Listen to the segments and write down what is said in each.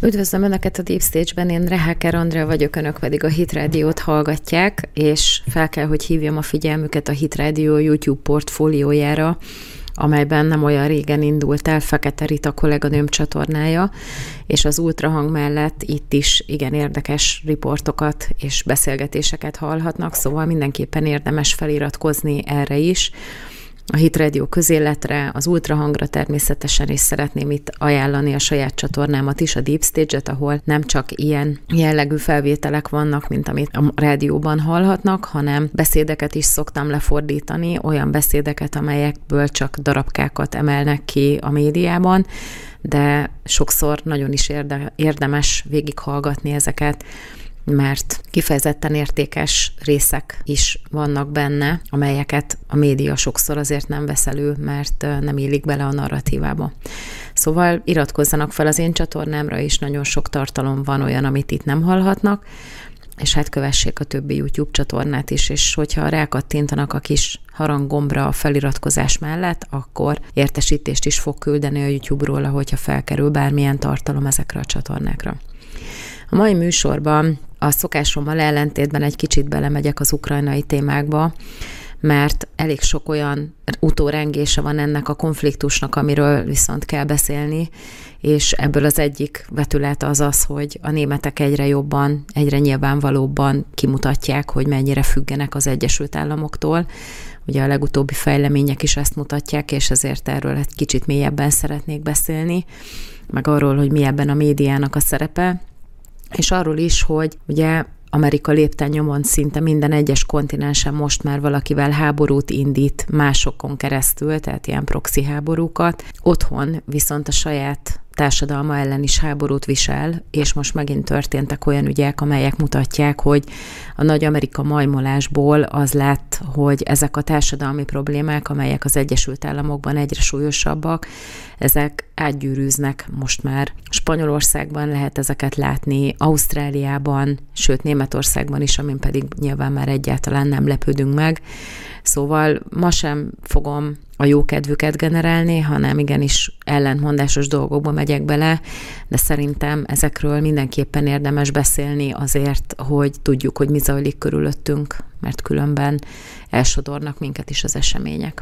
Üdvözlöm Önöket a Deep Stage-ben, én Reháker Andrea vagyok, Önök pedig a Hit Rádiót hallgatják, és fel kell, hogy hívjam a figyelmüket a Hit Rádió YouTube portfóliójára, amelyben nem olyan régen indult el Fekete Rita kolléganőm csatornája, és az ultrahang mellett itt is igen érdekes riportokat és beszélgetéseket hallhatnak, szóval mindenképpen érdemes feliratkozni erre is. A Hit Rádió közéletre, az ultrahangra természetesen, és szeretném itt ajánlani a saját csatornámat is, a Deep Stage-et, ahol nem csak ilyen jellegű felvételek vannak, mint amit a rádióban hallhatnak, hanem beszédeket is szoktam lefordítani, olyan beszédeket, amelyekből csak darabkákat emelnek ki a médiában, de sokszor nagyon is érdemes végighallgatni ezeket, mert kifejezetten értékes részek is vannak benne, amelyeket a média sokszor azért nem vesz elő, mert nem illik bele a narratívába. Szóval iratkozzanak fel az én csatornámra is, nagyon sok tartalom van olyan, amit itt nem hallhatnak, és hát kövessék a többi YouTube csatornát is, és hogyha rákattintanak a kis haranggombra a feliratkozás mellett, akkor értesítést is fog küldeni a YouTube-ról, hogyha felkerül bármilyen tartalom ezekre a csatornákra. A mai műsorban a szokásommal ellentétben egy kicsit belemegyek az ukrajnai témákba, mert elég sok olyan utórengése van ennek a konfliktusnak, amiről viszont kell beszélni, és ebből az egyik vetület az, hogy a németek egyre jobban, egyre nyilvánvalóbban kimutatják, hogy mennyire függenek az Egyesült Államoktól. Ugye a legutóbbi fejlemények is ezt mutatják, és ezért erről egy kicsit mélyebben szeretnék beszélni, meg arról, hogy mi ebben a médiának a szerepe, és arról is, hogy ugye Amerika lépten nyomon szinte minden egyes kontinensen most már valakivel háborút indít másokon keresztül, tehát ilyen proxy háborúkat. Otthon viszont a saját társadalma ellen is háborút visel, és most megint történtek olyan ügyek, amelyek mutatják, hogy a nagy Amerika majmolásból az lett, hogy ezek a társadalmi problémák, amelyek az Egyesült Államokban egyre súlyosabbak, ezek átgyűrűznek most már. Spanyolországban lehet ezeket látni, Ausztráliában, sőt Németországban is, amin pedig nyilván már egyáltalán nem lepődünk meg. Szóval ma sem fogom a jó kedvüket generálni, hanem igenis ellentmondásos dolgokba megyek bele, de szerintem ezekről mindenképpen érdemes beszélni azért, hogy tudjuk, hogy mi zajlik körülöttünk, mert különben elsodornak minket is az események.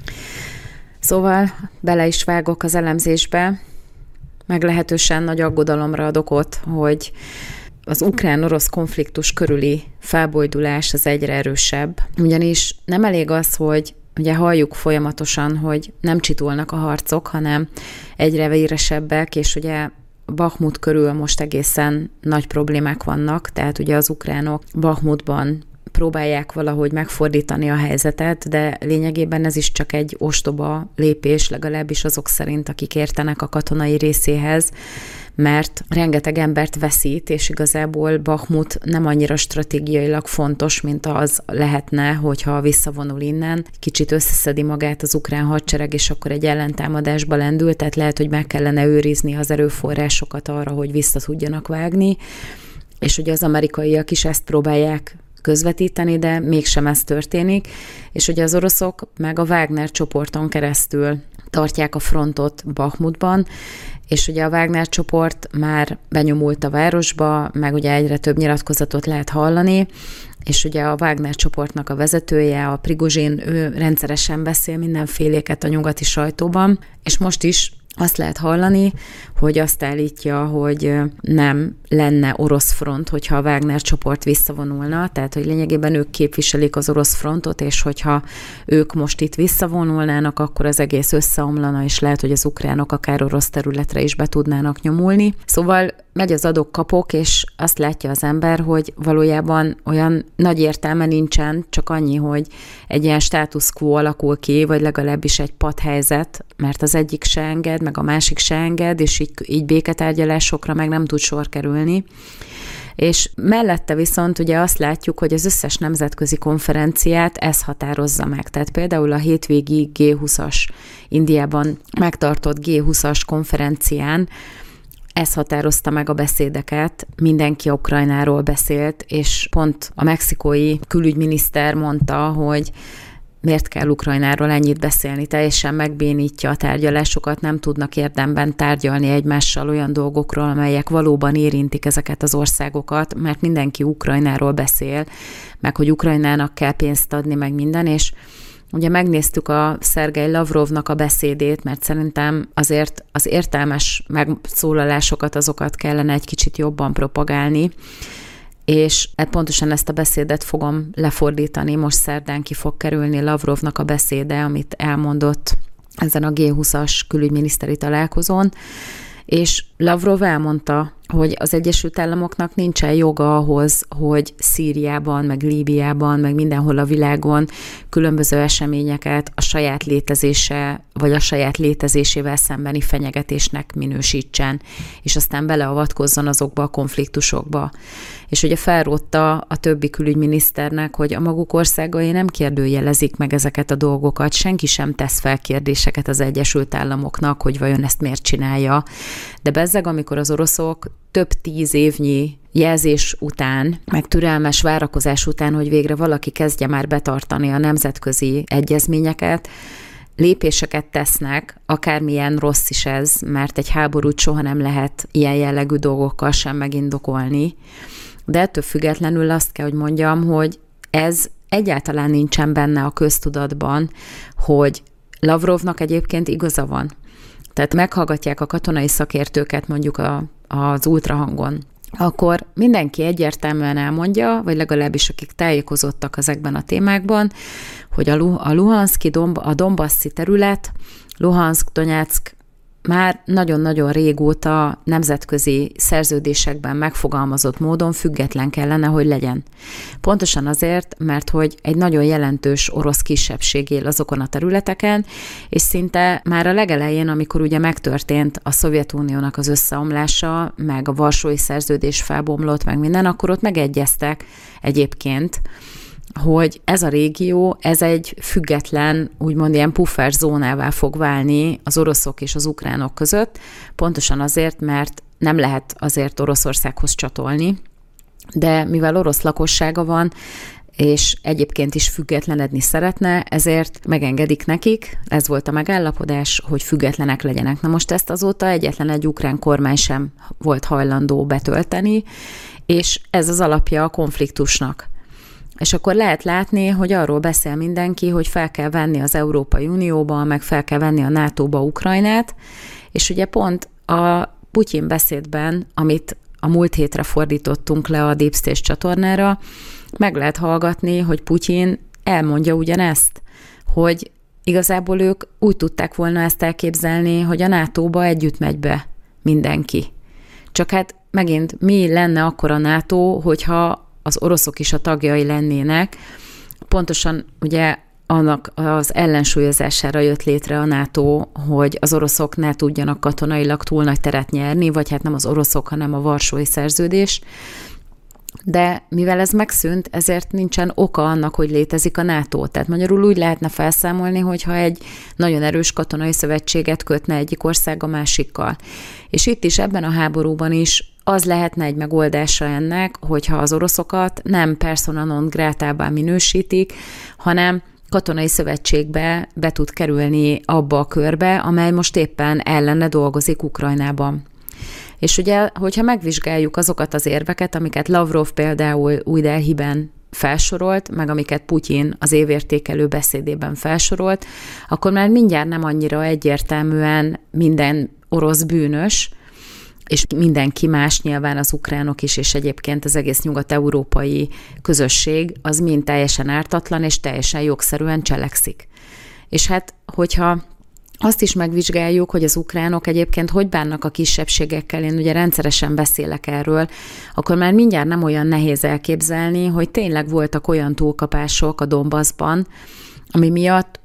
Szóval bele is vágok az elemzésbe, meglehetősen nagy aggodalomra ad okot, hogy az ukrán-orosz konfliktus körüli felbojdulás az egyre erősebb, ugyanis nem elég az, hogy ugye halljuk folyamatosan, hogy nem csitulnak a harcok, hanem egyre véresebbek, és ugye Bahmut körül most egészen nagy problémák vannak, tehát ugye az ukránok Bahmutban próbálják valahogy megfordítani a helyzetet, de lényegében ez is csak egy ostoba lépés, legalábbis azok szerint, akik értenek a katonai részéhez, mert rengeteg embert veszít, és igazából Bahmut nem annyira stratégiailag fontos, mint az lehetne, hogyha visszavonul innen. Kicsit összeszedi magát az ukrán hadsereg, és akkor egy ellentámadásba lendül, tehát lehet, hogy meg kellene őrizni az erőforrásokat arra, hogy vissza tudjanak vágni, és ugye az amerikaiak is ezt próbálják közvetíteni, de mégsem ez történik, és ugye az oroszok meg a Wagner csoporton keresztül tartják a frontot Bahmutban, és ugye a Wagner csoport már benyomult a városba, meg ugye egyre több nyilatkozatot lehet hallani, és ugye a Wagner csoportnak a vezetője, a Prigozsin, ő rendszeresen beszél mindenféléket a nyugati sajtóban, és most is azt lehet hallani, hogy azt állítja, hogy nem lenne orosz front, hogyha a Wagner csoport visszavonulna, tehát hogy lényegében ők képviselik az orosz frontot, és hogyha ők most itt visszavonulnának, akkor az egész összeomlana, és lehet, hogy az ukránok akár orosz területre is be tudnának nyomulni. Szóval megy az adok-kapok, és azt látja az ember, hogy valójában olyan nagy értelme nincsen, csak annyi, hogy egy ilyen status quo alakul ki, vagy legalábbis egy patthelyzet, mert az egyik se enged, meg a másik se enged, és így béketárgyalásokra meg nem tud sor kerülni. És mellette viszont ugye azt látjuk, hogy az összes nemzetközi konferenciát ez határozza meg. Tehát például a hétvégi G20-as, Indiában megtartott G20-as konferencián ez határozta meg a beszédeket, mindenki Ukrajnáról beszélt, és pont a mexikói külügyminiszter mondta, hogy miért kell Ukrajnáról ennyit beszélni, teljesen megbénítja a tárgyalásokat, nem tudnak érdemben tárgyalni egymással olyan dolgokról, amelyek valóban érintik ezeket az országokat, mert mindenki Ukrajnáról beszél, meg hogy Ukrajnának kell pénzt adni, meg minden, és ugye megnéztük a Szergej Lavrovnak a beszédét, mert szerintem azért az értelmes megszólalásokat, azokat kellene egy kicsit jobban propagálni, és pontosan ezt a beszédet fogom lefordítani, most szerdán ki fog kerülni Lavrovnak a beszéde, amit elmondott ezen a G20-as külügyminiszteri találkozón, és Lavrov elmondta, hogy az Egyesült Államoknak nincsen joga ahhoz, hogy Szíriában, meg Líbiában, meg mindenhol a világon különböző eseményeket a saját létezése, vagy a saját létezésével szembeni fenyegetésnek minősítsen, és aztán beleavatkozzon azokba a konfliktusokba. És ugye felrótta a többi külügyminiszternek, hogy a maguk országai nem kérdőjelezik meg ezeket a dolgokat, senki sem tesz fel kérdéseket az Egyesült Államoknak, hogy vajon ezt miért csinálja. De bezzeg, amikor az oroszok több 10 évnyi jelzés után, meg türelmes várakozás után, hogy végre valaki kezdje már betartani a nemzetközi egyezményeket, lépéseket tesznek, akármilyen rossz is ez, mert egy háborút soha nem lehet ilyen jellegű dolgokkal sem megindokolni. De ettől függetlenül azt kell, hogy mondjam, hogy ez egyáltalán nincsen benne a köztudatban, hogy Lavrovnak egyébként igaza van. Tehát meghallgatják a katonai szakértőket mondjuk az ultrahangon, akkor mindenki egyértelműen elmondja, vagy legalábbis akik tájékozottak ezekben a témákban, hogy a Luhanszki, a Donbasszi terület, Luhanszk, Donyeck már nagyon-nagyon régóta nemzetközi szerződésekben megfogalmazott módon független kellene, hogy legyen. Pontosan azért, mert hogy egy nagyon jelentős orosz kisebbség él azokon a területeken, és szinte már a legelején, amikor ugye megtörtént a Szovjetuniónak az összeomlása, meg a Varsói Szerződés felbomlott, meg minden, akkor ott megegyeztek egyébként, hogy ez a régió, ez egy független, úgymond ilyen puffer zónává fog válni az oroszok és az ukránok között, pontosan azért, mert nem lehet azért Oroszországhoz csatolni, de mivel orosz lakossága van, és egyébként is függetlenedni szeretne, ezért megengedik nekik, ez volt a megállapodás, hogy függetlenek legyenek. Na most ezt azóta egyetlen egy ukrán kormány sem volt hajlandó betölteni, és ez az alapja a konfliktusnak. És akkor lehet látni, hogy arról beszél mindenki, hogy fel kell venni az Európai Unióba, meg fel kell venni a NATO-ba Ukrajnát, és ugye pont a Putyin beszédben, amit a múlt hétre fordítottunk le a Deep State csatornára, meg lehet hallgatni, hogy Putyin elmondja ugyanezt, hogy igazából ők úgy tudták volna ezt elképzelni, hogy a NATO-ba együtt megy be mindenki. Csak hát megint mi lenne akkor a NATO, hogyha az oroszok is a tagjai lennének. Pontosan ugye annak az ellensúlyozására jött létre a NATO, hogy az oroszok ne tudjanak katonailag túl nagy teret nyerni, vagy hát nem az oroszok, hanem a Varsói Szerződés. De mivel ez megszűnt, ezért nincsen oka annak, hogy létezik a NATO. Tehát magyarul úgy lehetne felszámolni, hogyha egy nagyon erős katonai szövetséget kötne egyik ország a másikkal. És itt is, ebben a háborúban is az lehetne egy megoldása ennek, hogyha az oroszokat nem persona non gratává minősítik, hanem katonai szövetségbe be tud kerülni abba a körbe, amely most éppen ellene dolgozik Ukrajnában. És ugye, hogyha megvizsgáljuk azokat az érveket, amiket Lavrov például Új Delhiben felsorolt, meg amiket Putyin az évértékelő beszédében felsorolt, akkor már mindjárt nem annyira egyértelműen minden orosz bűnös, és mindenki más, nyilván az ukránok is, és egyébként az egész nyugat-európai közösség, az mind teljesen ártatlan, és teljesen jogszerűen cselekszik. És hát, hogyha azt is megvizsgáljuk, hogy az ukránok egyébként hogy bánnak a kisebbségekkel, én ugye rendszeresen beszélek erről, akkor már mindjárt nem olyan nehéz elképzelni, hogy tényleg voltak olyan túlkapások a Donbassban, ami miatt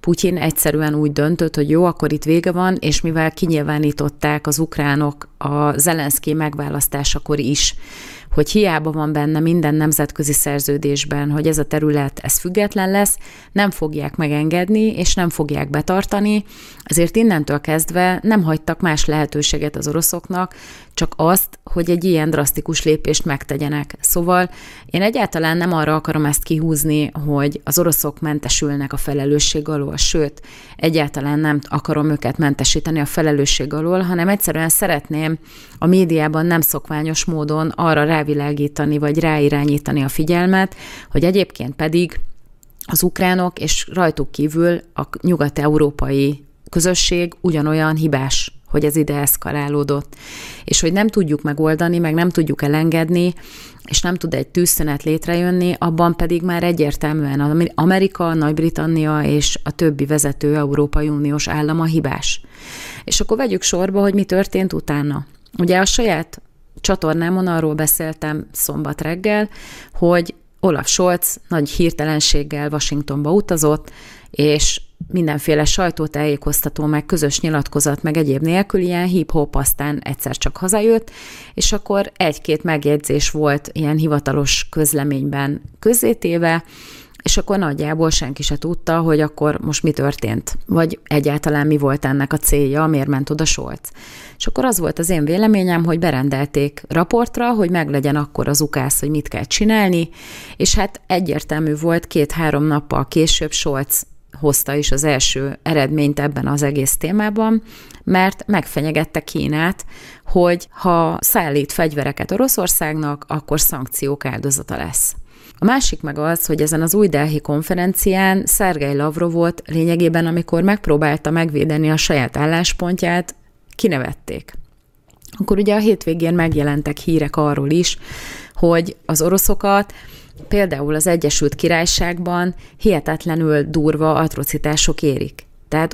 Putyin egyszerűen úgy döntött, hogy jó, akkor itt vége van, és mivel kinyilvánították az ukránok a Zelenszkij megválasztásakor is, hogy hiába van benne minden nemzetközi szerződésben, hogy ez a terület, ez független lesz, nem fogják megengedni, és nem fogják betartani, ezért innentől kezdve nem hagytak más lehetőséget az oroszoknak, csak azt, hogy egy ilyen drasztikus lépést megtegyenek. Szóval én egyáltalán nem arra akarom ezt kihúzni, hogy az oroszok mentesülnek a felelősség alól, sőt, egyáltalán nem akarom őket mentesíteni a felelősség alól, hanem egyszerűen szeretném a médiában nem szokványos módon arra rávilágítani, vagy ráirányítani a figyelmet, hogy egyébként pedig az ukránok és rajtuk kívül a nyugat-európai közösség ugyanolyan hibás, hogy ez ide eszkalálódott, és hogy nem tudjuk megoldani, meg nem tudjuk elengedni, és nem tud egy tűzszünet létrejönni, abban pedig már egyértelműen Amerika, Nagy-Britannia és a többi vezető Európai Uniós állam a hibás. És akkor vegyük sorba, hogy mi történt utána. Ugye a saját csatornámon arról beszéltem szombat reggel, hogy Olaf Scholz nagy hirtelenséggel Washingtonba utazott, és mindenféle sajtótájékoztató, meg közös nyilatkozat, meg egyéb nélkül ilyen hip-hop, aztán egyszer csak hazajött, és akkor egy-két megjegyzés volt ilyen hivatalos közleményben közzétéve, és akkor nagyjából senki se tudta, hogy akkor most mi történt, vagy egyáltalán mi volt ennek a célja, miért ment oda Scholz. És akkor az volt az én véleményem, hogy berendelték raportra, hogy meglegyen akkor az ukász, hogy mit kell csinálni, és hát egyértelmű volt, 2-3 nappal később Scholz hozta is az első eredményt ebben az egész témában, mert megfenyegette Kínát, hogy ha szállít fegyvereket Oroszországnak, akkor szankciók áldozata lesz. A másik meg az, hogy ezen az új Delhi konferencián Szergej Lavrovot lényegében, amikor megpróbálta megvédeni a saját álláspontját, kinevették. Akkor ugye a hétvégén megjelentek hírek arról is, hogy az oroszokat például az Egyesült Királyságban hihetetlenül durva atrocitások érik. Tehát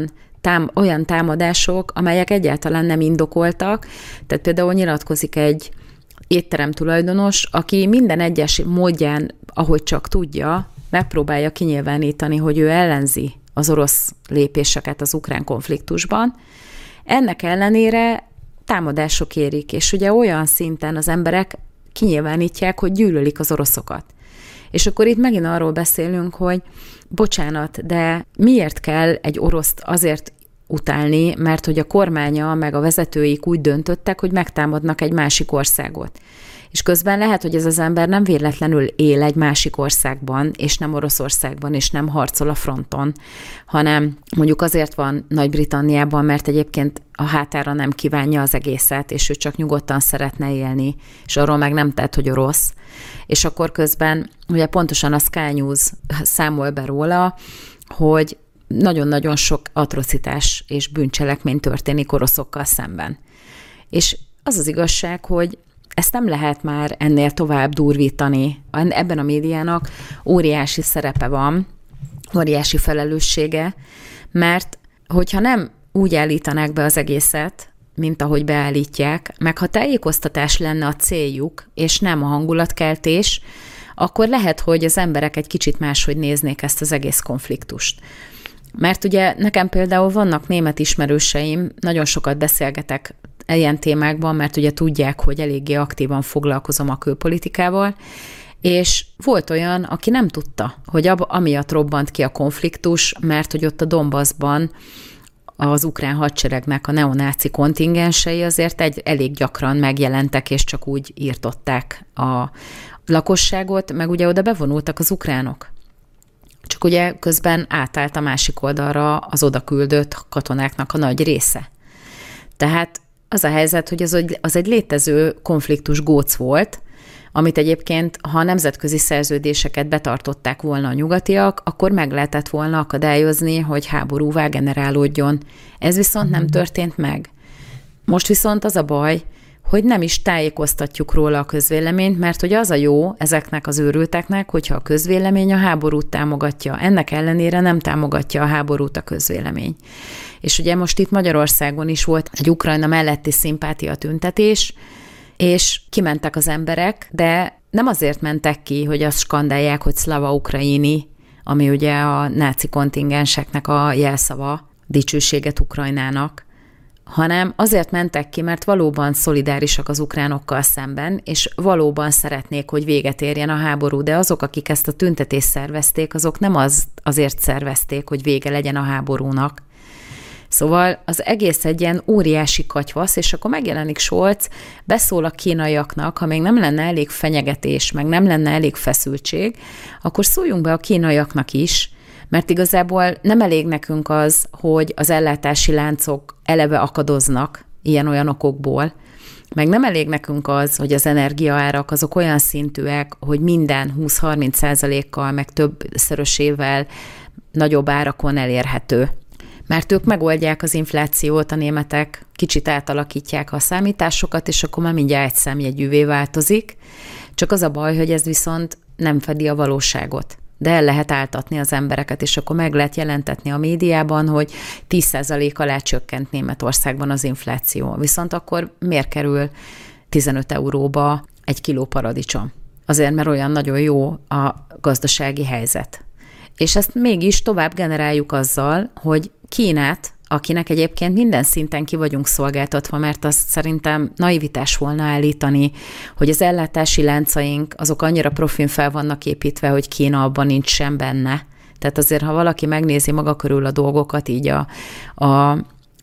olyan támadások, amelyek egyáltalán nem indokoltak, tehát például nyilatkozik egy étterem tulajdonos, aki minden egyes módján, ahogy csak tudja, megpróbálja kinyilvánítani, hogy ő ellenzi az orosz lépéseket az ukrán konfliktusban. Ennek ellenére támadások érik, és ugye olyan szinten az emberek kinyilvánítják, hogy gyűlölik az oroszokat. És akkor itt megint arról beszélünk, hogy bocsánat, de miért kell egy oroszt azért utálni, mert hogy a kormánya meg a vezetőik úgy döntöttek, hogy megtámadnak egy másik országot. És közben lehet, hogy ez az ember nem véletlenül él egy másik országban, és nem Oroszországban, és nem harcol a fronton, hanem mondjuk azért van Nagy-Britanniában, mert egyébként a hátára nem kívánja az egészet, és ő csak nyugodtan szeretne élni, és arról meg nem tett, hogy orosz. És akkor közben ugye pontosan a Sky News számol be róla, hogy nagyon-nagyon sok atrocitás és bűncselekmény történik oroszokkal szemben. És az az igazság, hogy ezt nem lehet már ennél tovább durvítani. Ebben a médiának óriási szerepe van, óriási felelőssége, mert hogyha nem úgy állítanák be az egészet, mint ahogy beállítják, meg ha tájékoztatás lenne a céljuk, és nem a hangulatkeltés, akkor lehet, hogy az emberek egy kicsit máshogy néznék ezt az egész konfliktust. Mert ugye nekem például vannak német ismerőseim, nagyon sokat beszélgetek ilyen témákban, mert ugye tudják, hogy eléggé aktívan foglalkozom a külpolitikával, és volt olyan, aki nem tudta, hogy amiatt robbant ki a konfliktus, mert hogy ott a Donbassban az ukrán hadseregnek a neonáci kontingensei azért elég gyakran megjelentek, és csak úgy írtották a lakosságot, meg ugye oda bevonultak az ukránok. Csak ugye közben átállt a másik oldalra az oda küldött katonáknak a nagy része. Tehát az a helyzet, hogy az egy létező konfliktus góc volt, amit egyébként, ha a nemzetközi szerződéseket betartották volna a nyugatiak, akkor meg lehetett volna akadályozni, hogy háborúvá generálódjon. Ez viszont nem történt meg. Most viszont az a baj, hogy nem is tájékoztatjuk róla a közvéleményt, mert hogy az a jó ezeknek az őrülteknek, hogyha a közvélemény a háborút támogatja. Ennek ellenére nem támogatja a háborút a közvélemény. És ugye most itt Magyarországon is volt egy Ukrajna melletti szimpátia tüntetés, és kimentek az emberek, de nem azért mentek ki, hogy azt skandálják, hogy Szlava Ukrajini ami ugye a náci kontingenseknek a jelszava, dicsőséget Ukrajnának, hanem azért mentek ki, mert valóban szolidárisak az ukránokkal szemben, és valóban szeretnék, hogy véget érjen a háború, de azok, akik ezt a tüntetést szervezték, azok nem azért szervezték, hogy vége legyen a háborúnak. Szóval az egész egy ilyen óriási katyvasz, és akkor megjelenik Scholz, beszól a kínaiaknak, ha még nem lenne elég fenyegetés, meg nem lenne elég feszültség, akkor szóljunk be a kínaiaknak is, mert igazából nem elég nekünk az, hogy az ellátási láncok eleve akadoznak ilyen-olyan okokból, meg nem elég nekünk az, hogy az energiaárak azok olyan szintűek, hogy minden 20-30%-kal, meg többszörösével nagyobb árakon elérhető. Mert ők megoldják az inflációt, a németek kicsit átalakítják a számításokat, és akkor már mindjárt egy számjegyűvé változik. Csak az a baj, hogy ez viszont nem fedi a valóságot. De el lehet áltatni az embereket, és akkor meg lehet jelentetni a médiában, hogy 10% alá csökkent Németországban az infláció. Viszont akkor miért kerül 15 euróba egy kiló paradicsom? Azért, mert olyan nagyon jó a gazdasági helyzet. És ezt mégis tovább generáljuk azzal, hogy Kínát, akinek egyébként minden szinten ki vagyunk szolgáltatva, mert azt szerintem naivitás volna állítani, hogy az ellátási láncaink azok annyira profin fel vannak építve, hogy Kína abban nincs sem benne. Tehát azért, ha valaki megnézi maga körül a dolgokat, így a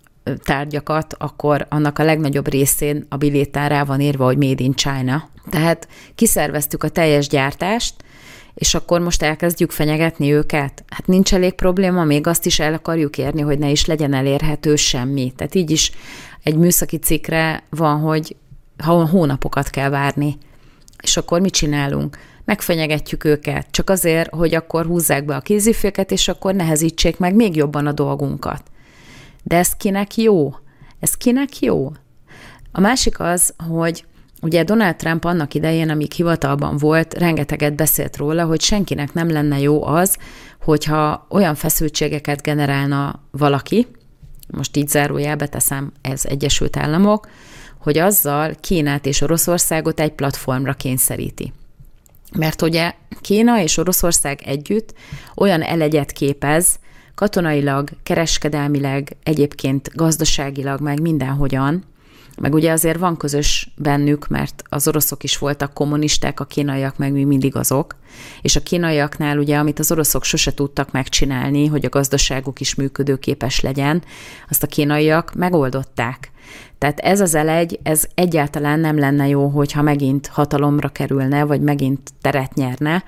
tárgyakat, akkor annak a legnagyobb részén a bilétán rá van írva, hogy Made in China. Tehát kiszerveztük a teljes gyártást, és akkor most elkezdjük fenyegetni őket? Hát nincs elég probléma, még azt is el akarjuk érni, hogy ne is legyen elérhető semmi. Tehát így is egy műszaki cikkre van, hogy hónapokat kell várni. És akkor mit csinálunk? Megfenyegetjük őket, csak azért, hogy akkor húzzák be a kéziféket, és akkor nehezítsék meg még jobban a dolgunkat. De ez kinek jó? Ez kinek jó? A másik az, hogy ugye Donald Trump annak idején, amíg hivatalban volt, rengeteget beszélt róla, hogy senkinek nem lenne jó az, hogyha olyan feszültségeket generálna valaki, most így zárójelbe teszem, ez Egyesült Államok, hogy azzal Kínát és Oroszországot egy platformra kényszeríti. Mert ugye Kína és Oroszország együtt olyan elegyet képez, katonailag, kereskedelmileg, egyébként gazdaságilag, meg mindenhogyan, meg ugye azért van közös bennük, mert az oroszok is voltak kommunisták, a kínaiak meg még mindig azok, és a kínaiaknál ugye, amit az oroszok sose tudtak megcsinálni, hogy a gazdaságuk is működőképes legyen, azt a kínaiak megoldották. Tehát ez az elegy, ez egyáltalán nem lenne jó, hogyha megint hatalomra kerülne, vagy megint teret nyerne,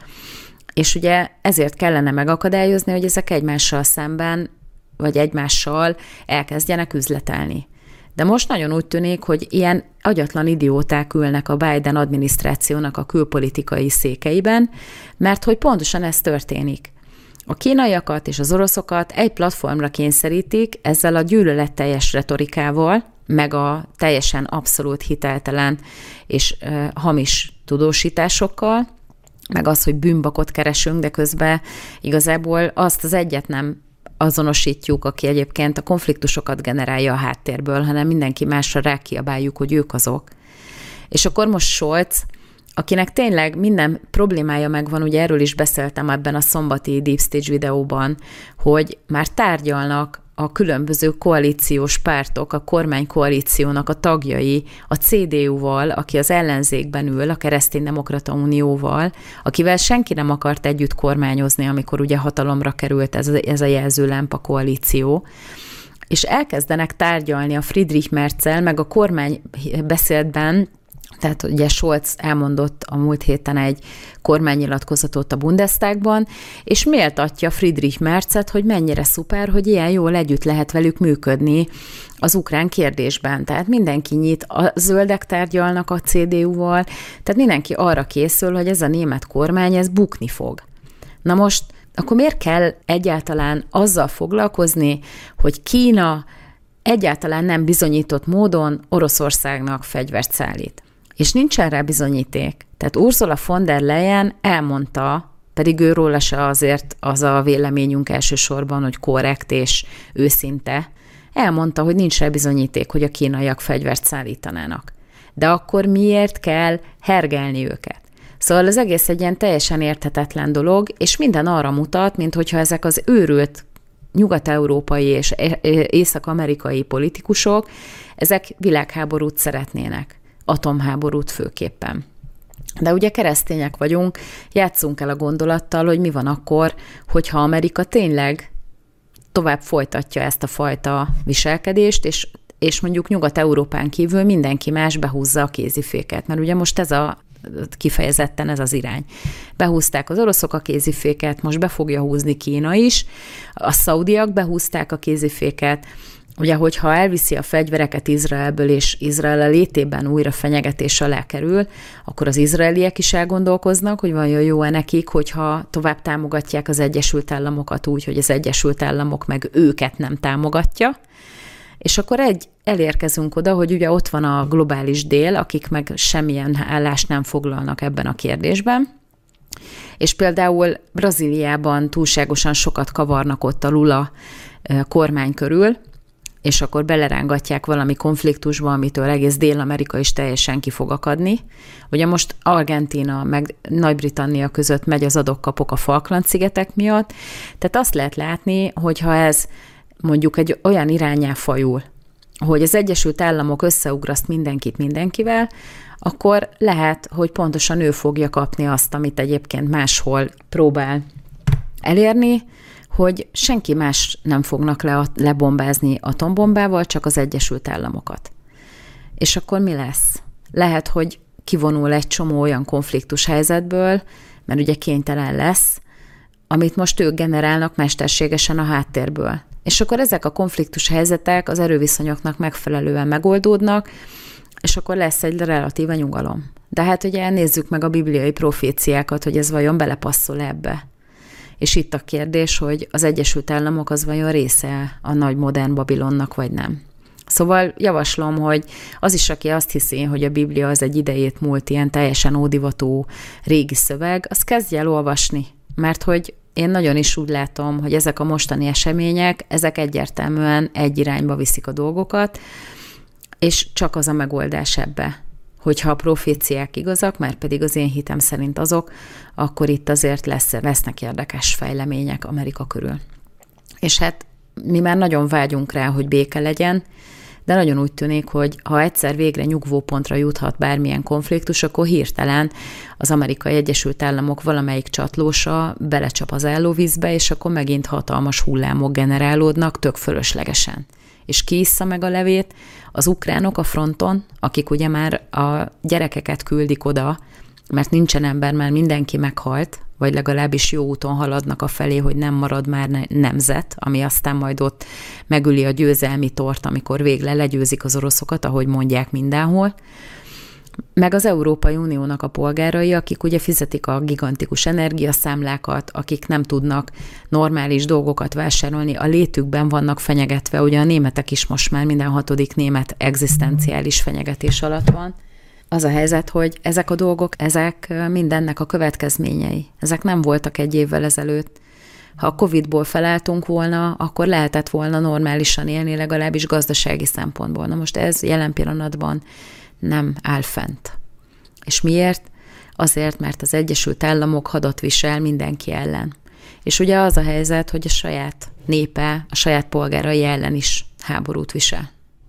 és ugye ezért kellene megakadályozni, hogy ezek egymással szemben, vagy egymással elkezdjenek üzletelni. De most nagyon úgy tűnik, hogy ilyen agyatlan idióták ülnek a Biden adminisztrációnak a külpolitikai székeiben, mert hogy pontosan ez történik. A kínaiakat és az oroszokat egy platformra kényszerítik ezzel a gyűlöletteljes retorikával, meg a teljesen abszolút hiteltelen és hamis tudósításokkal, meg az, hogy bűnbakot keresünk, de közben igazából azt az egyet nem azonosítjuk, aki egyébként a konfliktusokat generálja a háttérből, hanem mindenki másra rákiabáljuk, hogy ők azok. És akkor most Scholz, akinek tényleg minden problémája megvan, ugye erről is beszéltem ebben a szombati Deep Stage videóban, hogy már tárgyalnak a különböző koalíciós pártok, a kormánykoalíciónak a tagjai, a CDU-val, aki az ellenzékben ül, a Kereszténydemokrata Unióval, akivel senki nem akart együtt kormányozni, amikor ugye hatalomra került ez a jelzőlámpa koalíció, és elkezdenek tárgyalni a Friedrich Merzel, meg a kormánybeszédben, tehát ugye Scholz elmondott a múlt héten egy kormánynyilatkozatot a Bundestagban, és méltatja Friedrich Merzet, hogy mennyire szuper, hogy ilyen jól együtt lehet velük működni az ukrán kérdésben. Tehát mindenki nyit, a zöldek tárgyalnak a CDU-val, tehát mindenki arra készül, hogy ez a német kormány, ez bukni fog. Na most, akkor miért kell egyáltalán azzal foglalkozni, hogy Kína egyáltalán nem bizonyított módon Oroszországnak fegyvert szállít? És nincsen rá bizonyíték. Tehát Ursula von der Leyen elmondta, pedig őróla se azért az a véleményünk elsősorban, hogy korrekt és őszinte, elmondta, hogy nincs rá bizonyíték, hogy a kínaiak fegyvert szállítanának. De akkor miért kell hergelni őket? Szóval az egész egy ilyen teljesen érthetetlen dolog, és minden arra mutat, minthogyha ezek az őrült nyugat-európai és észak-amerikai politikusok, ezek világháborút szeretnének, atomháborút főképpen. De ugye keresztények vagyunk, játsszunk el a gondolattal, hogy mi van akkor, hogyha Amerika tényleg tovább folytatja ezt a fajta viselkedést, és mondjuk Nyugat-Európán kívül mindenki más behúzza a kéziféket, mert ugye most kifejezetten ez az irány. Behúzták az oroszok a kéziféket, most be fogja húzni Kína is, a szaudiak behúzták a kéziféket, ugye, hogyha elviszi a fegyvereket Izraelből, és Izrael a létében újra fenyegetés alá kerül, akkor az izraeliek is elgondolkoznak, hogy vajon jó-e nekik, hogyha tovább támogatják az Egyesült Államokat úgy, hogy az Egyesült Államok meg őket nem támogatja. És akkor elérkezünk oda, hogy ugye ott van a globális dél, akik meg semmilyen állást nem foglalnak ebben a kérdésben. És például Brazíliában túlságosan sokat kavarnak ott a Lula kormány körül, és akkor belerángatják valami konfliktusba, amitől egész Dél-Amerika is teljesen ki fog akadni. Ugye most Argentína meg Nagy-Britannia között megy az adok-kapok a Falkland-szigetek miatt, tehát azt lehet látni, hogyha ez mondjuk egy olyan iránnyá fajul, hogy az Egyesült Államok összeugraszt mindenkit mindenkivel, akkor lehet, hogy pontosan ő fogja kapni azt, amit egyébként máshol próbál elérni, hogy senki más nem fognak lebombázni atombombával, csak az Egyesült Államokat. És akkor mi lesz? Lehet, hogy kivonul egy csomó olyan konfliktus helyzetből, mert ugye kénytelen lesz, amit most ők generálnak mesterségesen a háttérből. És akkor ezek a konfliktus helyzetek az erőviszonyoknak megfelelően megoldódnak, és akkor lesz egy relatíve nyugalom. De hát ugye nézzük meg a bibliai proféciákat, hogy ez vajon belepasszol ebbe. És itt a kérdés, hogy az Egyesült Államok az vajon része a nagy modern Babilonnak, vagy nem. Szóval javaslom, hogy az is, aki azt hiszi, hogy a Biblia az egy idejét múlt ilyen teljesen ódivatú régi szöveg, az kezdje el olvasni, mert hogy én nagyon is úgy látom, hogy ezek a mostani események, ezek egyértelműen egy irányba viszik a dolgokat, és csak az a megoldás ebbe, hogyha a proféciák igazak, mert pedig az én hitem szerint azok, akkor itt azért lesznek érdekes fejlemények Amerika körül. És hát mi már nagyon vágyunk rá, hogy béke legyen, de nagyon úgy tűnik, hogy ha egyszer végre nyugvópontra juthat bármilyen konfliktus, akkor hirtelen az Amerikai Egyesült Államok valamelyik csatlósa belecsap az állóvízbe, és akkor megint hatalmas hullámok generálódnak tök fölöslegesen. És ki issza meg a levét? Az ukránok a fronton, akik ugye már a gyerekeket küldik oda, mert nincsen ember, már mindenki meghalt, vagy legalábbis jó úton haladnak afelé, hogy nem marad már nemzet, ami aztán majd ott megüli a győzelmi tort, amikor végre legyőzik az oroszokat, ahogy mondják mindenhol. Meg az Európai Uniónak a polgárai, akik ugye fizetik a gigantikus energiaszámlákat, akik nem tudnak normális dolgokat vásárolni, a létükben vannak fenyegetve, ugye a németek is most már minden 6. német egzisztenciális fenyegetés alatt van. Az a helyzet, hogy ezek a dolgok, ezek mindennek a következményei. Ezek nem voltak egy évvel ezelőtt. Ha a Covid-ból felálltunk volna, akkor lehetett volna normálisan élni, legalábbis gazdasági szempontból. Na most ez jelen pillanatban nem áll fent. És miért? Azért, mert az Egyesült Államok hadat visel mindenki ellen. És ugye az a helyzet, hogy a saját népe, a saját polgárai ellen is háborút visel.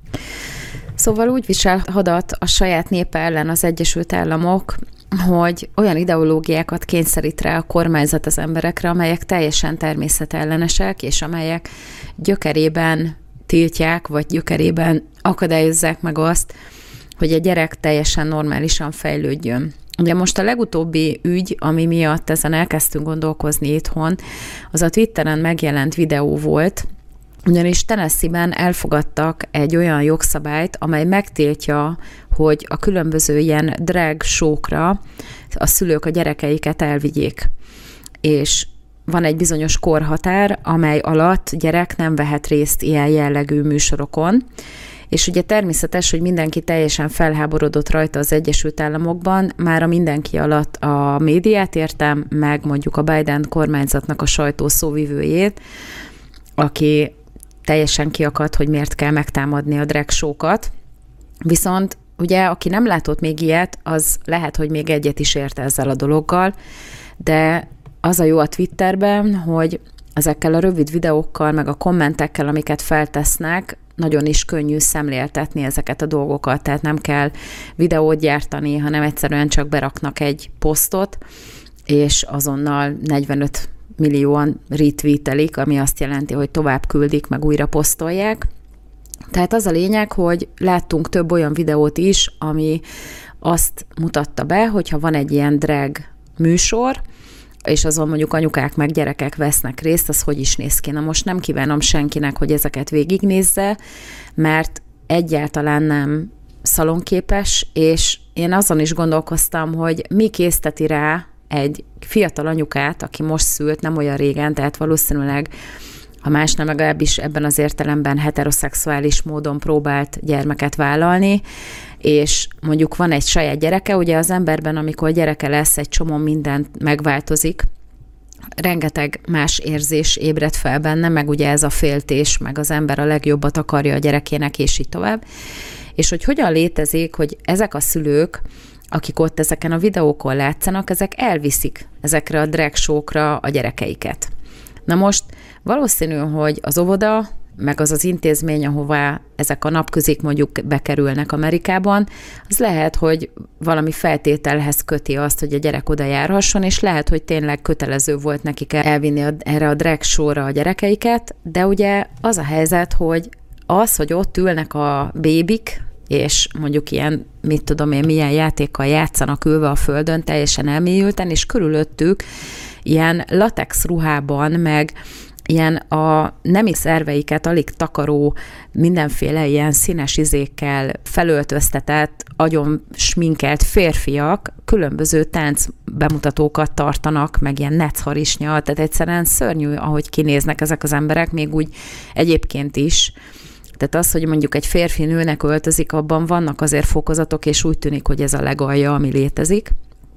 Szóval úgy visel hadat a saját népe ellen az Egyesült Államok, hogy olyan ideológiákat kényszerít rá a kormányzat az emberekre, amelyek teljesen természetellenesek, és amelyek gyökerében tiltják, vagy gyökerében akadályozzák meg azt, hogy a gyerek teljesen normálisan fejlődjön. Ugye most a legutóbbi ügy, ami miatt ezen elkezdtünk gondolkozni itthon, az a Twitteren megjelent videó volt, ugyanis Tennessee-ben elfogadtak egy olyan jogszabályt, amely megtiltja, hogy a különböző ilyen drag show-kra a szülők a gyerekeiket elvigyék. És van egy bizonyos korhatár, amely alatt gyerek nem vehet részt ilyen jellegű műsorokon, és ugye természetes, hogy mindenki teljesen felháborodott rajta az Egyesült Államokban, már a mindenki alatt a médiát értem, meg mondjuk a Biden kormányzatnak a sajtó szóvivőjét, aki teljesen kiakadt, hogy miért kell megtámadni a drag show-kat. Viszont ugye, aki nem látott még ilyet, az lehet, hogy még egyet is ért ezzel a dologgal, de az a jó a Twitterben, hogy ezekkel a rövid videókkal, meg a kommentekkel, amiket feltesznek, nagyon is könnyű szemléltetni ezeket a dolgokat, tehát nem kell videót gyártani, hanem egyszerűen csak beraknak egy posztot, és azonnal 45 millióan retweetelik, ami azt jelenti, hogy tovább küldik, meg újra posztolják. Tehát az a lényeg, hogy láttunk több olyan videót is, ami azt mutatta be, hogyha van egy ilyen drag műsor, és azon mondjuk anyukák meg gyerekek vesznek részt, az hogy is néz ki. Na most nem kívánom senkinek, hogy ezeket végignézze, mert egyáltalán nem szalonképes, és én azon is gondolkoztam, hogy mi készteti rá egy fiatal anyukát, aki most szült, nem olyan régen, tehát valószínűleg, ha más nem, legalábbis ebben az értelemben heteroszexuális módon próbált gyermeket vállalni, és mondjuk van egy saját gyereke, ugye az emberben, amikor gyereke lesz, egy csomó minden megváltozik, rengeteg más érzés ébred fel benne, meg ugye ez a féltés, meg az ember a legjobbat akarja a gyerekének, és így tovább. És hogy hogyan létezik, hogy ezek a szülők, akik ott ezeken a videókon látszanak, ezek elviszik ezekre a drag show-kra a gyerekeiket. Na most valószínű, hogy az óvoda, meg az az intézmény, ahová ezek a napközik mondjuk bekerülnek Amerikában, az lehet, hogy valami feltételhez köti azt, hogy a gyerek oda járhasson, és lehet, hogy tényleg kötelező volt nekik elvinni erre a drag show-ra a gyerekeiket, de ugye az a helyzet, hogy az, hogy ott ülnek a bébik, és mondjuk ilyen, mit tudom én, milyen játékkal játszanak ülve a földön, teljesen elmélyülten, és körülöttük ilyen latex ruhában, meg ilyen a nemi szerveiket alig takaró, mindenféle ilyen színes izékkel felöltöztetett, agyon sminkelt férfiak különböző tánc bemutatókat tartanak, meg ilyen necharisnya, tehát egyszerűen szörnyű, ahogy kinéznek ezek az emberek, még úgy egyébként is. Tehát az, hogy mondjuk egy férfi nőnek öltözik, abban vannak azért fokozatok, és úgy tűnik, hogy ez a legalja, ami létezik.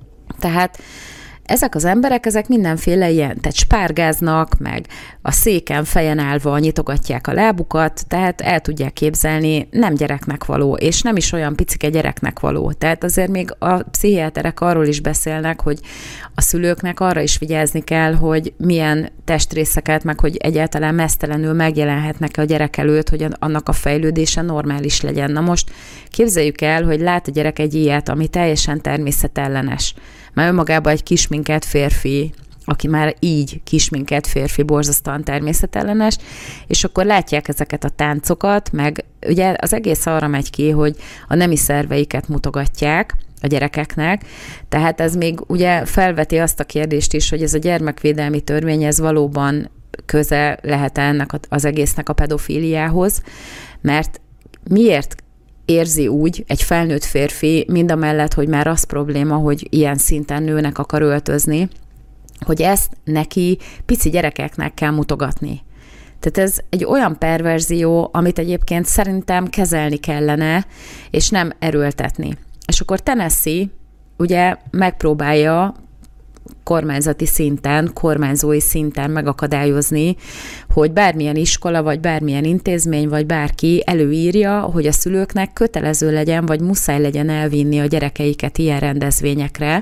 Tehát ezek az emberek, ezek mindenféle ilyen, tehát spárgáznak, meg a széken fejen állva nyitogatják a lábukat, tehát el tudják képzelni, nem gyereknek való, és nem is olyan picike gyereknek való. Tehát azért még a pszichiáterek arról is beszélnek, hogy a szülőknek arra is vigyázni kell, hogy milyen testrészeket, meg hogy egyáltalán meztelenül megjelenhetnek a gyerek előtt, hogy annak a fejlődése normális legyen. Na most képzeljük el, hogy lát a gyerek egy ilyet, ami teljesen természetellenes. Már önmagában egy kisminkelt férfi, aki már így kisminkelt férfi, borzasztóan természetellenes, és akkor látják ezeket a táncokat, meg ugye az egész arra megy ki, hogy a nemi szerveiket mutogatják a gyerekeknek, tehát ez még ugye felveti azt a kérdést is, hogy ez a gyermekvédelmi törvény, ez valóban köze lehet ennek az egésznek a pedofíliához, mert miért érzi úgy egy felnőtt férfi, mindamellett, hogy már az probléma, hogy ilyen szinten nőnek akar öltözni, hogy ezt neki pici gyerekeknek kell mutogatni. Tehát ez egy olyan perverzió, amit egyébként szerintem kezelni kellene, és nem erőltetni. És akkor Tennessee ugye megpróbálja kormányzati szinten, kormányzói szinten megakadályozni, hogy bármilyen iskola, vagy bármilyen intézmény, vagy bárki előírja, hogy a szülőknek kötelező legyen, vagy muszáj legyen elvinni a gyerekeiket ilyen rendezvényekre,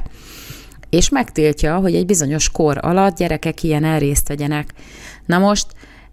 és megtiltja, hogy egy bizonyos kor alatt gyerekek ilyen részt vegyenek. Na most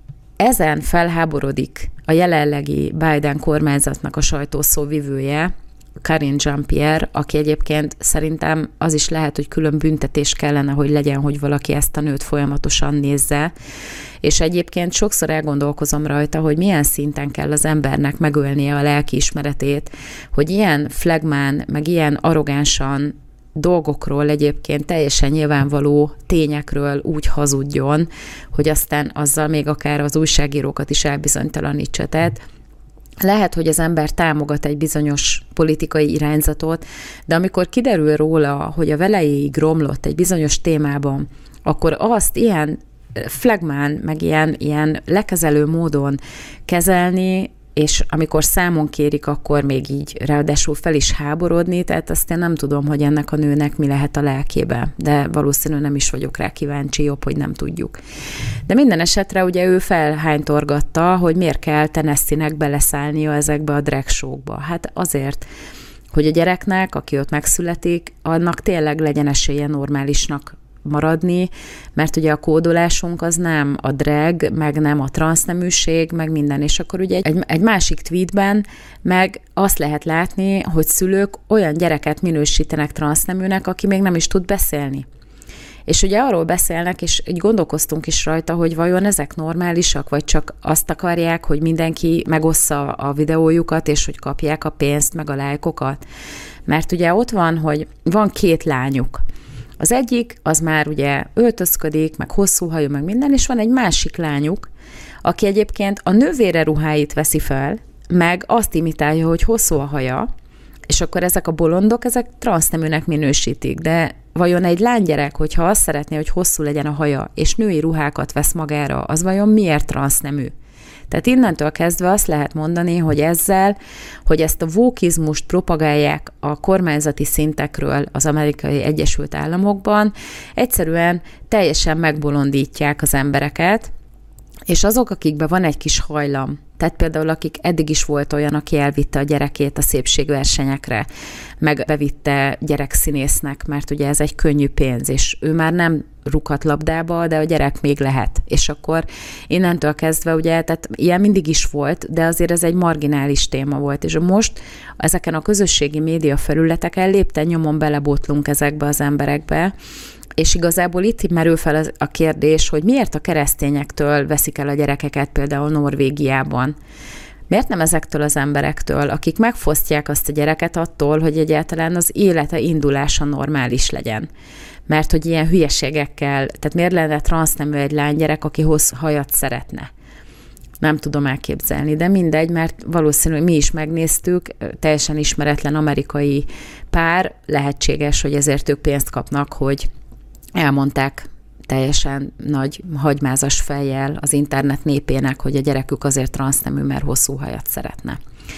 ezen felháborodik a jelenlegi Biden kormányzatnak a sajtószóvivője, Karine Jean-Pierre, aki egyébként szerintem az is lehet, hogy külön büntetés kellene, hogy legyen, hogy valaki ezt a nőt folyamatosan nézze, és egyébként sokszor elgondolkozom rajta, hogy milyen szinten kell az embernek megölnie a lelkiismeretét, hogy ilyen flegmán, meg ilyen arrogánsan dolgokról egyébként teljesen nyilvánvaló tényekről úgy hazudjon, hogy aztán azzal még akár az újságírókat is elbizonytalanítsa. Tehát lehet, hogy az ember támogat egy bizonyos politikai irányzatot, de amikor kiderül róla, hogy a velejéig romlott egy bizonyos témában, akkor azt ilyen flegmán, meg ilyen lekezelő módon kezelni, és amikor számon kérik, akkor még így ráadásul fel is háborodni, tehát azt én nem tudom, hogy ennek a nőnek mi lehet a lelkébe, de valószínűleg nem is vagyok rá kíváncsi, jobb, hogy nem tudjuk. De minden esetre ugye ő felhánytorgatta, hogy miért kell Tennessee-nek beleszállnia ezekbe a drag show-kba. Hát azért, hogy a gyereknek, aki ott megszületik, annak tényleg legyen esélye normálisnak maradni, mert ugye a kódolásunk az nem a drag, meg nem a transzneműség, meg minden, és akkor ugye egy másik tweetben meg azt lehet látni, hogy szülők olyan gyereket minősítenek transzneműnek, aki még nem is tud beszélni. És ugye arról beszélnek, és így gondolkoztunk is rajta, hogy vajon ezek normálisak, vagy csak azt akarják, hogy mindenki megossza a videójukat, és hogy kapják a pénzt, meg a lájkokat. Mert ugye ott van, hogy van 2 lányuk. Az egyik, az már ugye öltözködik, meg hosszú hajú, meg minden, és van egy másik lányuk, aki egyébként a nővére ruháit veszi fel, meg azt imitálja, hogy hosszú a haja, és akkor ezek a bolondok, ezek transzneműnek minősítik, de vajon egy lánygyerek, hogyha azt szeretné, hogy hosszú legyen a haja, és női ruhákat vesz magára, az vajon miért transznemű? Tehát innentől kezdve azt lehet mondani, hogy ezzel, hogy ezt a vókizmust propagálják a kormányzati szintekről az Amerikai Egyesült Államokban, egyszerűen teljesen megbolondítják az embereket, és azok, akikben van egy kis hajlam, tehát például akik eddig is volt olyan, aki elvitte a gyerekét a szépségversenyekre, meg bevitte gyerekszínésznek, mert ugye ez egy könnyű pénz, és ő már nem rúghat labdába, de a gyerek még lehet. És akkor innentől kezdve ugye, tehát ilyen mindig is volt, de azért ez egy marginális téma volt. És most ezeken a közösségi média felületeken lépten nyomon belebotlunk ezekbe az emberekbe, és igazából itt merül fel a kérdés, hogy miért a keresztényektől veszik el a gyerekeket például Norvégiában. Miért nem ezektől az emberektől, akik megfosztják azt a gyereket attól, hogy egyáltalán az élete indulása normális legyen? Mert hogy ilyen hülyeségekkel, tehát miért lenne transznemű egy lánygyerek, aki hosszú hajat szeretne? Nem tudom elképzelni, de mindegy, mert valószínűleg mi is megnéztük, teljesen ismeretlen amerikai pár, lehetséges, hogy ezért ők pénzt kapnak, hogy elmondták teljesen nagy hagymázas fejjel az internet népének, hogy a gyerekük azért transznemű, mert hosszú hajat szeretne.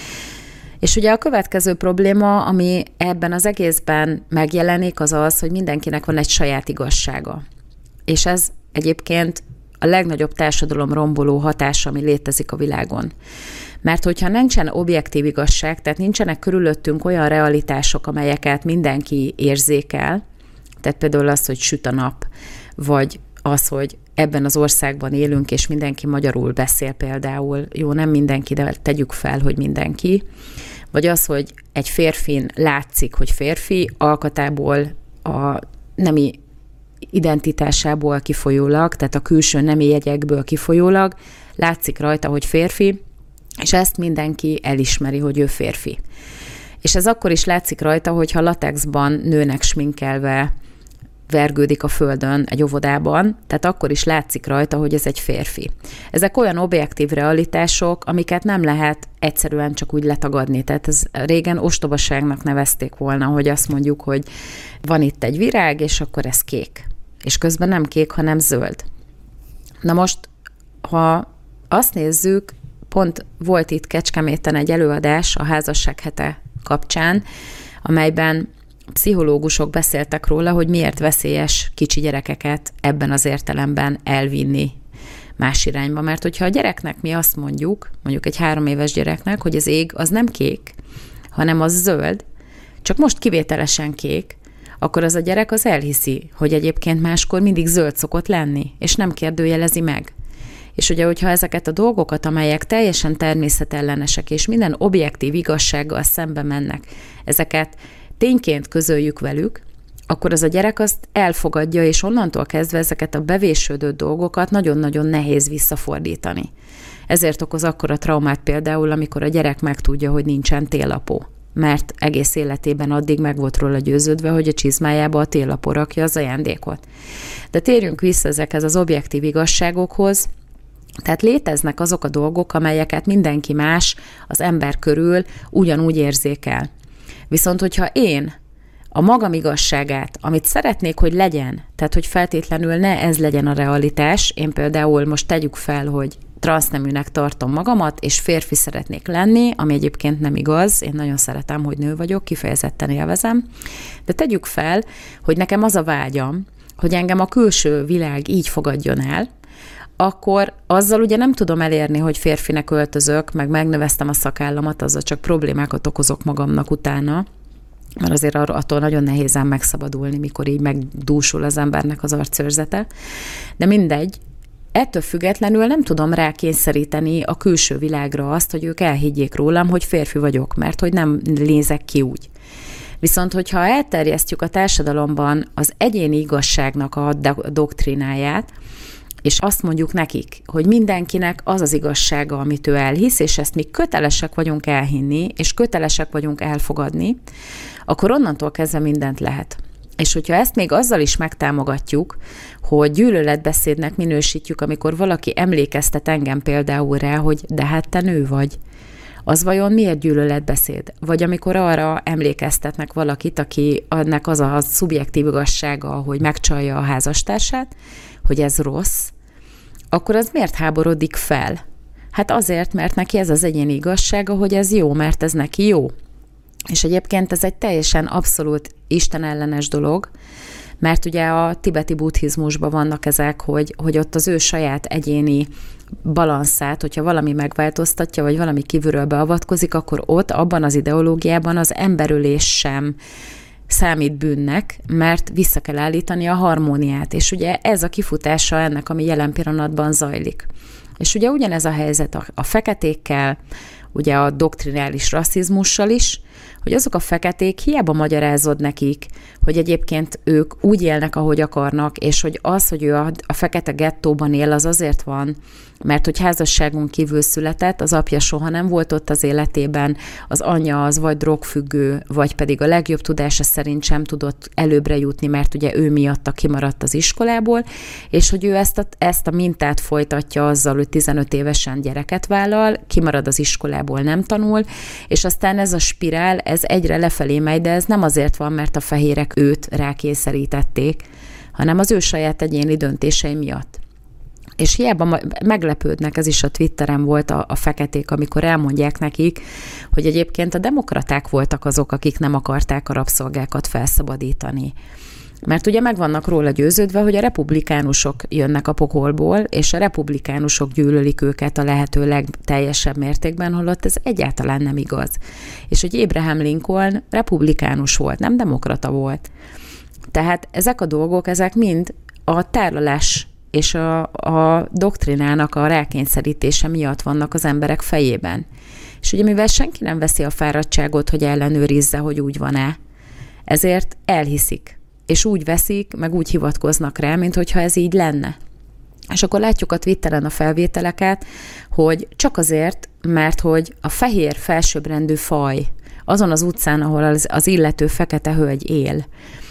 És ugye a következő probléma, ami ebben az egészben megjelenik, az az, hogy mindenkinek van egy saját igazsága. És ez egyébként a legnagyobb társadalomromboló hatás, ami létezik a világon. Mert hogyha nincsen objektív igazság, tehát nincsenek körülöttünk olyan realitások, amelyeket mindenki érzékel, tehát például az, hogy süt a nap, vagy az, hogy ebben az országban élünk, és mindenki magyarul beszél például, jó, nem mindenki, de tegyük fel, hogy mindenki, vagy az, hogy egy férfin látszik, hogy férfi, alkatából, a nemi identitásából kifolyólag, tehát a külső nemi jegyekből kifolyólag látszik rajta, hogy férfi, és ezt mindenki elismeri, hogy ő férfi. És ez akkor is látszik rajta, hogyha latexban nőnek sminkelve vergődik a földön egy óvodában, tehát akkor is látszik rajta, hogy ez egy férfi. Ezek olyan objektív realitások, amiket nem lehet egyszerűen csak úgy letagadni. Tehát ez régen ostobaságnak nevezték volna, hogy azt mondjuk, hogy van itt egy virág, és akkor ez kék. És közben nem kék, hanem zöld. Na most, ha azt nézzük, pont volt itt Kecskeméten egy előadás a Házasság hete kapcsán, amelyben pszichológusok beszéltek róla, hogy miért veszélyes kicsi gyerekeket ebben az értelemben elvinni más irányba. Mert hogyha a gyereknek mi azt mondjuk egy 3 éves gyereknek, hogy az ég az nem kék, hanem az zöld, csak most kivételesen kék, akkor az a gyerek az elhiszi, hogy egyébként máskor mindig zöld szokott lenni, és nem kérdőjelezi meg. És ugye, hogyha ezeket a dolgokat, amelyek teljesen természetellenesek, és minden objektív igazsággal szembe mennek, ezeket tényként közöljük velük, akkor az a gyerek azt elfogadja, és onnantól kezdve ezeket a bevésődött dolgokat nagyon-nagyon nehéz visszafordítani. Ezért okoz akkora traumát például, amikor a gyerek megtudja, hogy nincsen télapó, mert egész életében addig meg volt róla győződve, hogy a csizmájába a télapó rakja az ajándékot. De térjünk vissza ezekhez az objektív igazságokhoz. Tehát léteznek azok a dolgok, amelyeket mindenki más az ember körül ugyanúgy érzékel. Viszont hogyha én a magam igazságát, amit szeretnék, hogy legyen, tehát hogy feltétlenül ne ez legyen a realitás, én például most tegyük fel, hogy transzneműnek tartom magamat, és férfi szeretnék lenni, ami egyébként nem igaz, én nagyon szeretem, hogy nő vagyok, kifejezetten élvezem, de tegyük fel, hogy nekem az a vágyam, hogy engem a külső világ így fogadjon el, akkor azzal ugye nem tudom elérni, hogy férfinek öltözök, meg megnöveztem a szakállamat, azzal csak problémákat okozok magamnak utána, mert azért attól nagyon nehéz ám megszabadulni, mikor így megdúsul az embernek az arcőrzete. De mindegy, ettől függetlenül nem tudom rákényszeríteni a külső világra azt, hogy ők elhiggyék rólam, hogy férfi vagyok, mert hogy nem nézek ki úgy. Viszont, hogyha elterjesztjük a társadalomban az egyéni igazságnak a doktrináját, és azt mondjuk nekik, hogy mindenkinek az az igazsága, amit ő elhisz, és ezt mi kötelesek vagyunk elhinni, és kötelesek vagyunk elfogadni, akkor onnantól kezdve mindent lehet. És hogyha ezt még azzal is megtámogatjuk, hogy gyűlöletbeszédnek minősítjük, amikor valaki emlékeztet engem például rá, hogy de hát te nő vagy, az vajon miért gyűlöletbeszéd? Vagy amikor arra emlékeztetnek valakit, aki ennek az a szubjektív igazsága, hogy megcsalja a házastársát, hogy ez rossz, akkor az miért háborodik fel? Hát azért, mert neki ez az egyéni igazsága, hogy ez jó, mert ez neki jó. És egyébként ez egy teljesen abszolút istenellenes dolog, mert ugye a tibeti buddhizmusban vannak ezek, hogy ott az ő saját egyéni balanszát, hogyha valami megváltoztatja, vagy valami kívülről beavatkozik, akkor ott, abban az ideológiában az emberölés sem számít bűnnek, mert vissza kell állítani a harmóniát, és ugye ez a kifutása ennek, ami jelen pillanatban zajlik. És ugye ugyanez a helyzet a feketékkel, ugye a doktrinális rasszizmussal is, hogy azok a feketék hiába magyarázod nekik, hogy egyébként ők úgy élnek, ahogy akarnak, és hogy az, hogy ő a fekete gettóban él, az azért van, mert hogy házasságon kívül született, az apja soha nem volt ott az életében, az anyja az vagy drogfüggő, vagy pedig a legjobb tudása szerint sem tudott előbbre jutni, mert ugye ő miatta kimaradt az iskolából, és hogy ő ezt a mintát folytatja azzal, hogy 15 évesen gyereket vállal, kimarad az iskolából, nem tanul, és aztán ez a spirál, ez egyre lefelé megy, de ez nem azért van, mert a fehérek őt rákényszerítették, hanem az ő saját egyéni döntései miatt. És hiába meglepődnek, ez is a Twitteren volt a feketék, amikor elmondják nekik, hogy egyébként a demokraták voltak azok, akik nem akarták a rabszolgákat felszabadítani. Mert ugye meg vannak róla győződve, hogy a republikánusok jönnek a pokolból, és a republikánusok gyűlölik őket a lehető legteljesebb mértékben, holott ez egyáltalán nem igaz. És hogy Abraham Lincoln republikánus volt, nem demokrata volt. Tehát ezek a dolgok, ezek mind a tárlalás és a doktrinának a rákényszerítése miatt vannak az emberek fejében. És ugye mivel senki nem veszi a fáradtságot, hogy ellenőrizze, hogy úgy van-e, ezért elhiszik. És úgy veszik, meg úgy hivatkoznak rá, mint hogyha ez így lenne. És akkor látjuk a Twitteren a felvételeket, hogy csak azért, mert hogy a fehér felsőbbrendű faj azon az utcán, ahol az illető fekete hölgy él,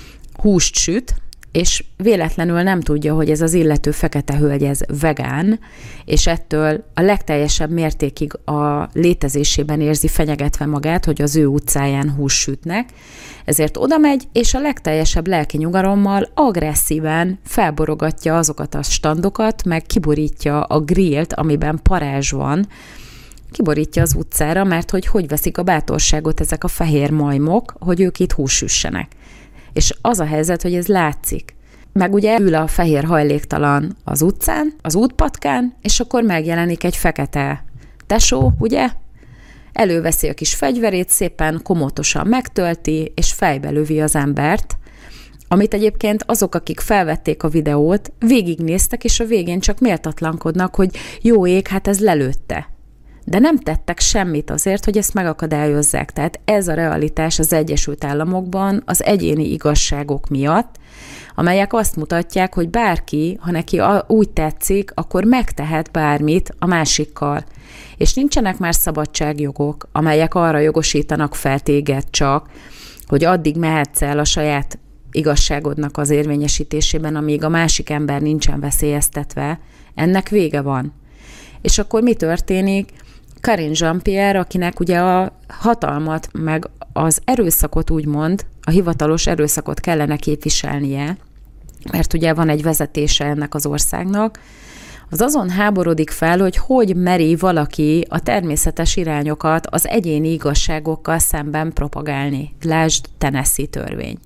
húst süt, és véletlenül nem tudja, hogy ez az illető fekete hölgy ez vegán, és ettől a legteljesebb mértékig a létezésében érzi fenyegetve magát, hogy az ő utcáján húst sütnek, ezért oda megy, és a legteljesebb lelki nyugalommal agresszíven felborogatja azokat a standokat, meg kiborítja a grillt, amiben parázs van, kiborítja az utcára, mert hogy veszik a bátorságot ezek a fehér majmok, hogy ők itt húst süssenek. És az a helyzet, hogy ez látszik. Meg ugye ül a fehér hajléktalan az utcán, az útpatkán, és akkor megjelenik egy fekete tesó, ugye? Előveszi a kis fegyverét, szépen komótosan megtölti, és fejbe lövi az embert, amit egyébként azok, akik felvették a videót, végignéztek, és a végén csak méltatlankodnak, hogy jó ég, hát ez lelőtte. De nem tettek semmit azért, hogy ezt megakadályozzák. Tehát ez a realitás az Egyesült Államokban az egyéni igazságok miatt, amelyek azt mutatják, hogy bárki, ha neki úgy tetszik, akkor megtehet bármit a másikkal. És nincsenek már szabadságjogok, amelyek arra jogosítanak fel téged csak, hogy addig mehetsz el a saját igazságodnak az érvényesítésében, amíg a másik ember nincsen veszélyeztetve. Ennek vége van. És akkor mi történik? Karine Jean-Pierre, akinek ugye a hatalmat, meg az erőszakot úgymond, a hivatalos erőszakot kellene képviselnie, mert ugye van egy vezetése ennek az országnak, az azon háborodik fel, hogy meri valaki a természetes irányokat az egyéni igazságokkal szemben propagálni. Lásd Tennessee törvény.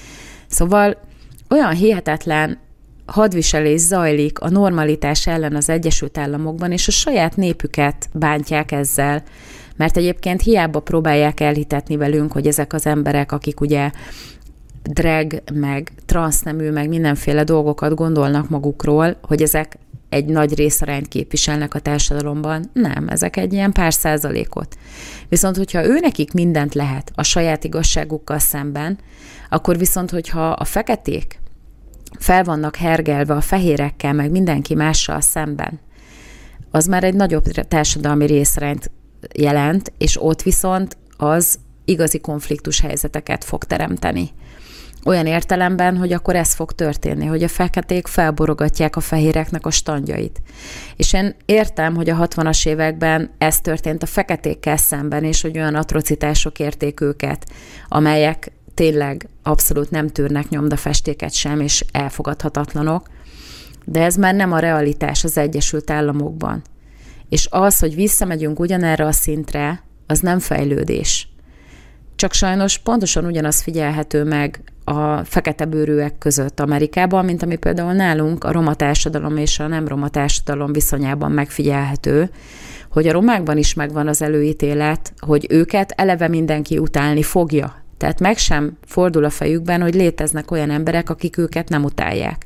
Szóval olyan hihetetlen hadviselés zajlik a normalitás ellen az Egyesült Államokban, és a saját népüket bántják ezzel. Mert egyébként hiába próbálják elhitetni velünk, hogy ezek az emberek, akik ugye drag, meg transznemű, meg mindenféle dolgokat gondolnak magukról, hogy ezek egy nagy részarányt képviselnek a társadalomban. Nem, ezek egy ilyen pár százalékot. Viszont, hogyha őnekik mindent lehet a saját igazságukkal szemben, akkor viszont, hogyha a feketék fel vannak hergelve a fehérekkel, meg mindenki mással szemben, az már egy nagyobb társadalmi részarányt jelent, és ott viszont az igazi konfliktus helyzeteket fog teremteni. Olyan értelemben, hogy akkor ez fog történni, hogy a feketék felborogatják a fehéreknek a standjait. És én értem, hogy a 60-as években ez történt a feketékkel szemben, és hogy olyan atrocitások érték őket, amelyek tényleg abszolút nem tűrnek nyomdafestéket sem, és elfogadhatatlanok. De ez már nem a realitás az Egyesült Államokban. És az, hogy visszamegyünk ugyanerre a szintre, az nem fejlődés. Csak sajnos pontosan ugyanaz figyelhető meg a fekete bőrűek között Amerikában, mint ami például nálunk a roma társadalom és a nem roma társadalom viszonyában megfigyelhető, hogy a romákban is megvan az előítélet, hogy őket eleve mindenki utálni fogja. Tehát meg sem fordul a fejükben, hogy léteznek olyan emberek, akik őket nem utálják.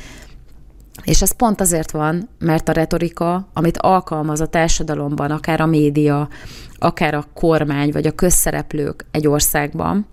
És ez pont azért van, mert a retorika, amit alkalmaz a társadalomban, akár a média, akár a kormány, vagy a közszereplők egy országban,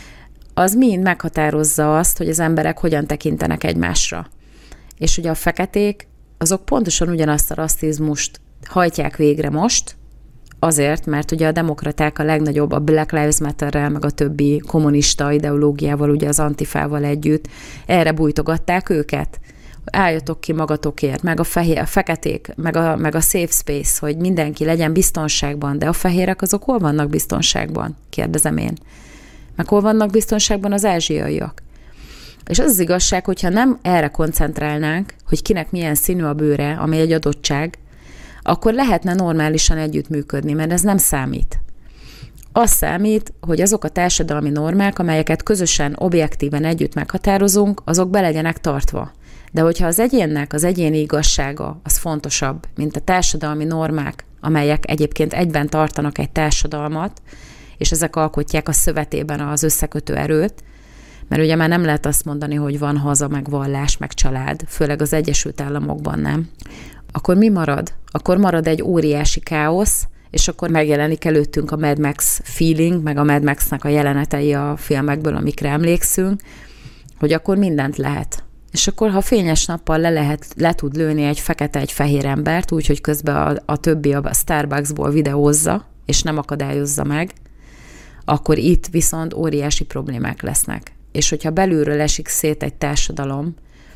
az mind meghatározza azt, hogy az emberek hogyan tekintenek egymásra. És ugye a feketék, azok pontosan ugyanazt a rasszizmust hajtják végre most, azért, mert ugye a demokraták a legnagyobb, a Black Lives Matter-rel, meg a többi kommunista ideológiával, ugye az antifával együtt, erre bújtogatták őket. Álljatok ki magatokért, meg a feketék, meg a safe space, hogy mindenki legyen biztonságban, de a fehérek azok hol vannak biztonságban? Kérdezem én. Meg hol vannak biztonságban az ázsiaiak? És az az igazság, hogyha nem erre koncentrálnánk, hogy kinek milyen színű a bőre, ami egy adottság, akkor lehetne normálisan együttműködni, mert ez nem számít. Az számít, hogy azok a társadalmi normák, amelyeket közösen, objektíven együtt meghatározunk, azok be legyenek tartva. De hogyha az egyénnek az egyéni igazsága az fontosabb, mint a társadalmi normák, amelyek egyébként egyben tartanak egy társadalmat, és ezek alkotják a szövetében az összekötő erőt, mert ugye már nem lehet azt mondani, hogy van haza, meg vallás, meg család, főleg az Egyesült Államokban nem, akkor mi marad? Akkor marad egy óriási káosz, és akkor megjelenik előttünk a Mad Max feeling, meg a Mad Maxnak a jelenetei a filmekből, amikre emlékszünk, hogy akkor mindent lehet. És akkor, ha fényes nappal le tud lőni egy fekete, egy fehér embert, úgyhogy közben a többi a Starbucksból videózza, és nem akadályozza meg, akkor itt viszont óriási problémák lesznek. És hogyha belülről esik szét egy társadalom,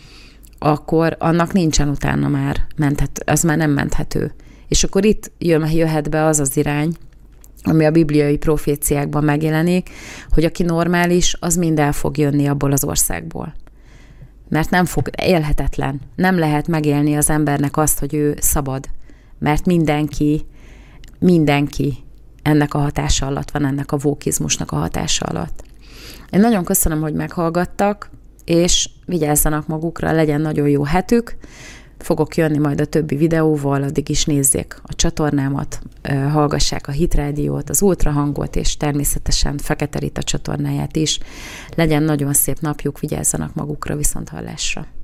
akkor annak nincsen utána már az már nem menthető. És akkor itt jöhet be az az irány, ami a bibliai proféciákban megjelenik, hogy aki normális, az mind el fog jönni abból az országból. Mert nem fog, élhetetlen. Nem lehet megélni az embernek azt, hogy ő szabad. Mert mindenki ennek a hatása alatt van, ennek a vókizmusnak a hatása alatt. Én nagyon köszönöm, hogy meghallgattak, és vigyázzanak magukra, legyen nagyon jó hetük. Fogok jönni majd a többi videóval, addig is nézzék a csatornámat, hallgassák a Hit Rádiót, az Ultrahangot, és természetesen Fekete Rita csatornáját is. Legyen nagyon szép napjuk, vigyázzanak magukra, viszonthallásra.